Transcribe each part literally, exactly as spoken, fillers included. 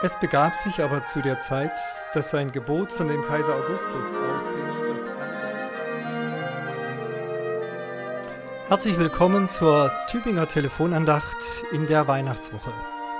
Es begab sich aber zu der Zeit, dass sein Gebot von dem Kaiser Augustus ausging, dass alle... Herzlich willkommen zur Tübinger Telefonandacht in der Weihnachtswoche.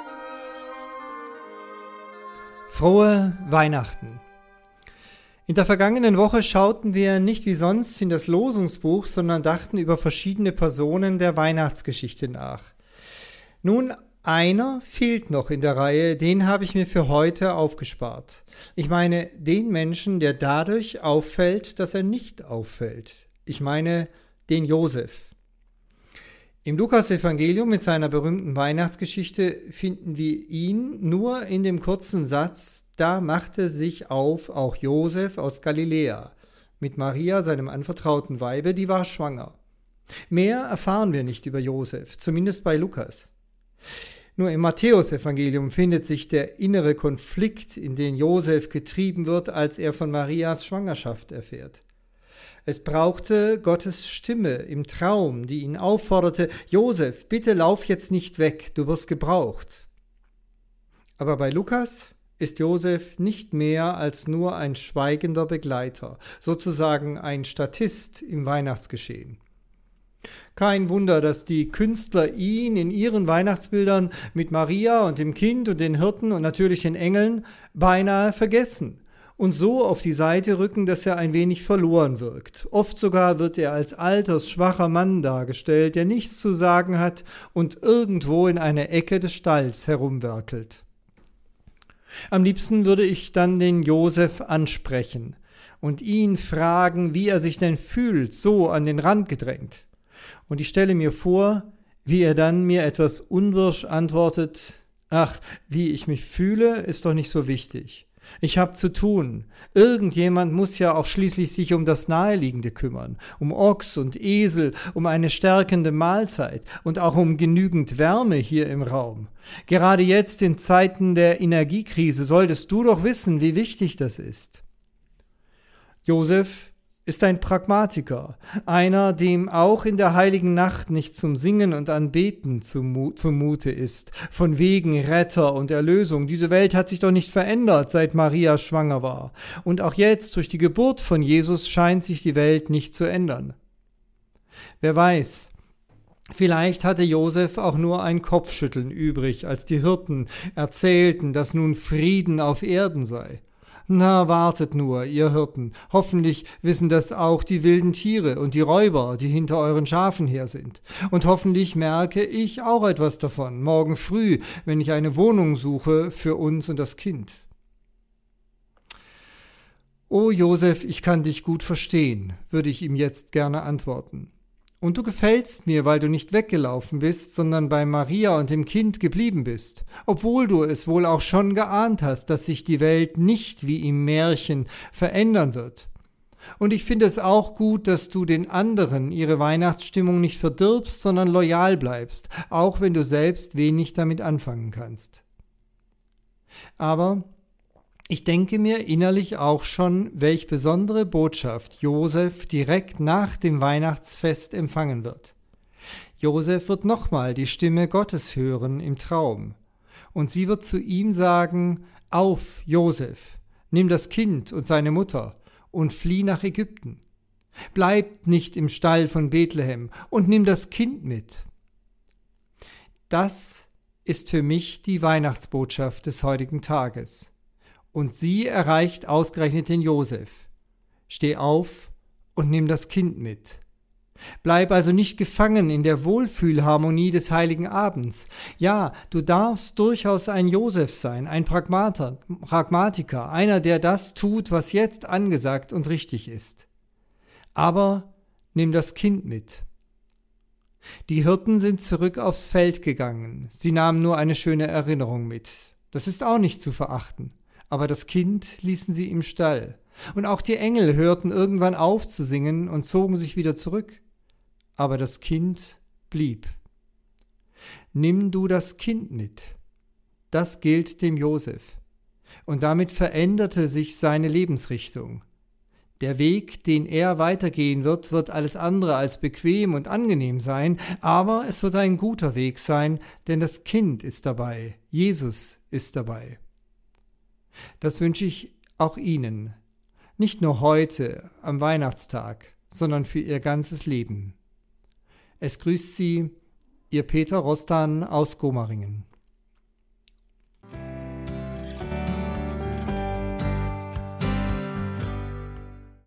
Frohe Weihnachten! In der vergangenen Woche schauten wir nicht wie sonst in das Losungsbuch, sondern dachten über verschiedene Personen der Weihnachtsgeschichte nach. Nun, einer fehlt noch in der Reihe, den habe ich mir für heute aufgespart. Ich meine den Menschen, der dadurch auffällt, dass er nicht auffällt. Ich meine den Josef. Im Lukas-Evangelium mit seiner berühmten Weihnachtsgeschichte finden wir ihn nur in dem kurzen Satz: Da machte sich auf auch Josef aus Galiläa mit Maria, seinem anvertrauten Weibe, die war schwanger. Mehr erfahren wir nicht über Josef, zumindest bei Lukas. Nur im Matthäus-Evangelium findet sich der innere Konflikt, in den Josef getrieben wird, als er von Marias Schwangerschaft erfährt. Es brauchte Gottes Stimme im Traum, die ihn aufforderte: Josef, bitte lauf jetzt nicht weg, du wirst gebraucht. Aber bei Lukas ist Josef nicht mehr als nur ein schweigender Begleiter, sozusagen ein Statist im Weihnachtsgeschehen. Kein Wunder, dass die Künstler ihn in ihren Weihnachtsbildern mit Maria und dem Kind und den Hirten und natürlich den Engeln beinahe vergessen und so auf die Seite rücken, dass er ein wenig verloren wirkt. Oft sogar wird er als altersschwacher Mann dargestellt, der nichts zu sagen hat und irgendwo in einer Ecke des Stalls herumwerkelt. Am liebsten würde ich dann den Josef ansprechen und ihn fragen, wie er sich denn fühlt, so an den Rand gedrängt. Und ich stelle mir vor, wie er dann mir etwas unwirsch antwortet: Ach, wie ich mich fühle, ist doch nicht so wichtig. Ich habe zu tun. Irgendjemand muss ja auch schließlich sich um das Naheliegende kümmern, um Ochs und Esel, um eine stärkende Mahlzeit und auch um genügend Wärme hier im Raum. Gerade jetzt in Zeiten der Energiekrise solltest du doch wissen, wie wichtig das ist. Josef ist ein Pragmatiker, einer, dem auch in der heiligen Nacht nicht zum Singen und Anbeten zumute ist, von wegen Retter und Erlösung. Diese Welt hat sich doch nicht verändert, seit Maria schwanger war. Und auch jetzt, durch die Geburt von Jesus, scheint sich die Welt nicht zu ändern. Wer weiß, vielleicht hatte Josef auch nur ein Kopfschütteln übrig, als die Hirten erzählten, dass nun Frieden auf Erden sei. Na, wartet nur, ihr Hirten, hoffentlich wissen das auch die wilden Tiere und die Räuber, die hinter euren Schafen her sind. Und hoffentlich merke ich auch etwas davon, morgen früh, wenn ich eine Wohnung suche für uns und das Kind. O Josef, ich kann dich gut verstehen, würde ich ihm jetzt gerne antworten. Und du gefällst mir, weil du nicht weggelaufen bist, sondern bei Maria und dem Kind geblieben bist, obwohl du es wohl auch schon geahnt hast, dass sich die Welt nicht wie im Märchen verändern wird. Und ich finde es auch gut, dass du den anderen ihre Weihnachtsstimmung nicht verdirbst, sondern loyal bleibst, auch wenn du selbst wenig damit anfangen kannst. Aber ich denke mir innerlich auch schon, welch besondere Botschaft Josef direkt nach dem Weihnachtsfest empfangen wird. Josef wird nochmal die Stimme Gottes hören im Traum. Und sie wird zu ihm sagen: Auf, Josef, nimm das Kind und seine Mutter und flieh nach Ägypten. Bleib nicht im Stall von Bethlehem und nimm das Kind mit. Das ist für mich die Weihnachtsbotschaft des heutigen Tages. Und sie erreicht ausgerechnet den Josef. Steh auf und nimm das Kind mit. Bleib also nicht gefangen in der Wohlfühlharmonie des heiligen Abends. Ja, du darfst durchaus ein Josef sein, ein Pragmater, Pragmatiker, einer, der das tut, was jetzt angesagt und richtig ist. Aber nimm das Kind mit. Die Hirten sind zurück aufs Feld gegangen. Sie nahmen nur eine schöne Erinnerung mit. Das ist auch nicht zu verachten. Aber das Kind ließen sie im Stall. Und auch die Engel hörten irgendwann auf zu singen und zogen sich wieder zurück. Aber das Kind blieb. Nimm du das Kind mit. Das gilt dem Josef. Und damit veränderte sich seine Lebensrichtung. Der Weg, den er weitergehen wird, wird alles andere als bequem und angenehm sein, aber es wird ein guter Weg sein, denn das Kind ist dabei, Jesus ist dabei. Das wünsche ich auch Ihnen, nicht nur heute am Weihnachtstag, sondern für Ihr ganzes Leben. Es grüßt Sie, Ihr Peter Rostan aus Gomaringen.